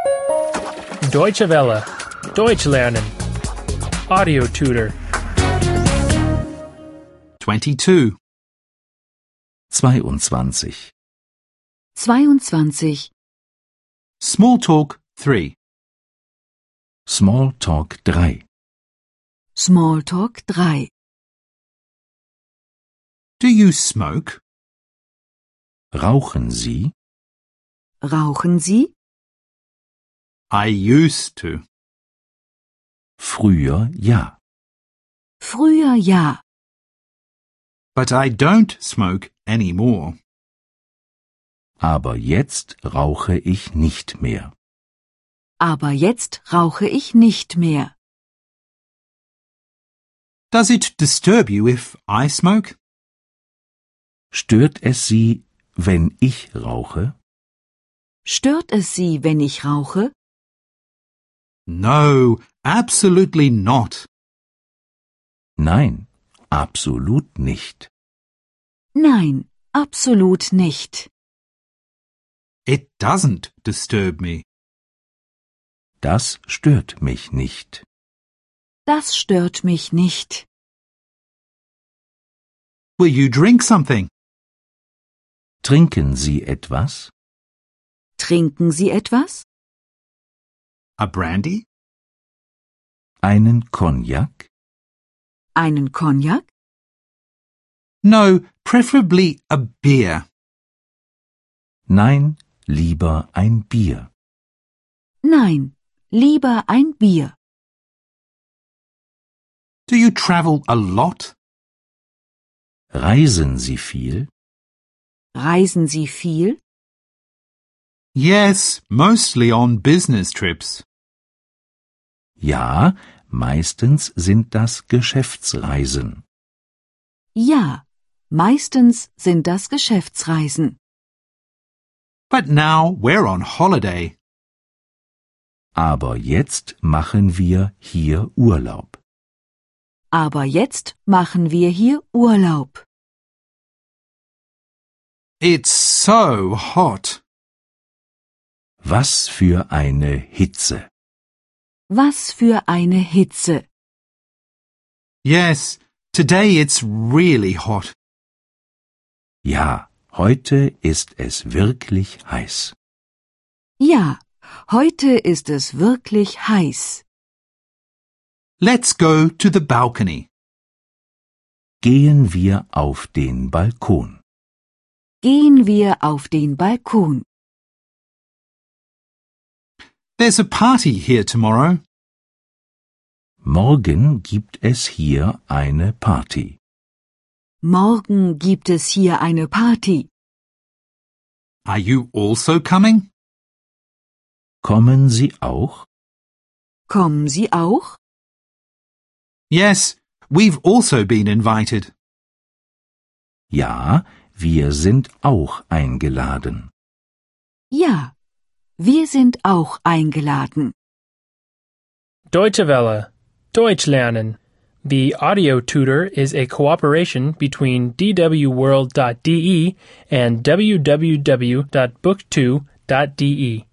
Deutsche Welle. Deutsch lernen. Audio tutor. 22. 22. 22. Small talk 3. Smalltalk 3. Smalltalk 3. Do you smoke? Rauchen Sie? Rauchen Sie? I used to. Früher ja. Früher ja. But I don't smoke anymore. Aber jetzt rauche ich nicht mehr. Aber jetzt rauche ich nicht mehr. Does it disturb you if I smoke? Stört es Sie, wenn ich rauche? Stört es Sie, wenn ich rauche? No, absolutely not. Nein, absolut nicht. Nein, absolut nicht. It doesn't disturb me. Das stört mich nicht. Das stört mich nicht. Will you drink something? Trinken Sie etwas? Trinken Sie etwas? A brandy? Einen Cognac? Einen Cognac? No, preferably a beer. Nein, lieber ein Bier. Nein, lieber ein Bier. Do you travel a lot? Reisen Sie viel? Reisen Sie viel? Yes, mostly on business trips. Ja, meistens sind das Geschäftsreisen. Ja, meistens sind das Geschäftsreisen. But now we're on holiday. Aber jetzt machen wir hier Urlaub. Aber jetzt machen wir hier Urlaub. It's so hot. Was für eine Hitze. Was für eine Hitze. Yes, today it's really hot. Ja, heute ist es wirklich heiß. Ja, heute ist es wirklich heiß. Let's go to the balcony. Gehen wir auf den Balkon. Gehen wir auf den Balkon. There's a party here tomorrow. Morgen gibt es hier eine Party. Morgen gibt es hier eine Party. Are you also coming? Kommen Sie auch? Kommen Sie auch? Yes, we've also been invited. Ja, wir sind auch eingeladen. Ja, wir sind auch eingeladen. Deutsche Welle. Deutsch lernen. The audio tutor is a cooperation between dwworld.de and www.book2.de.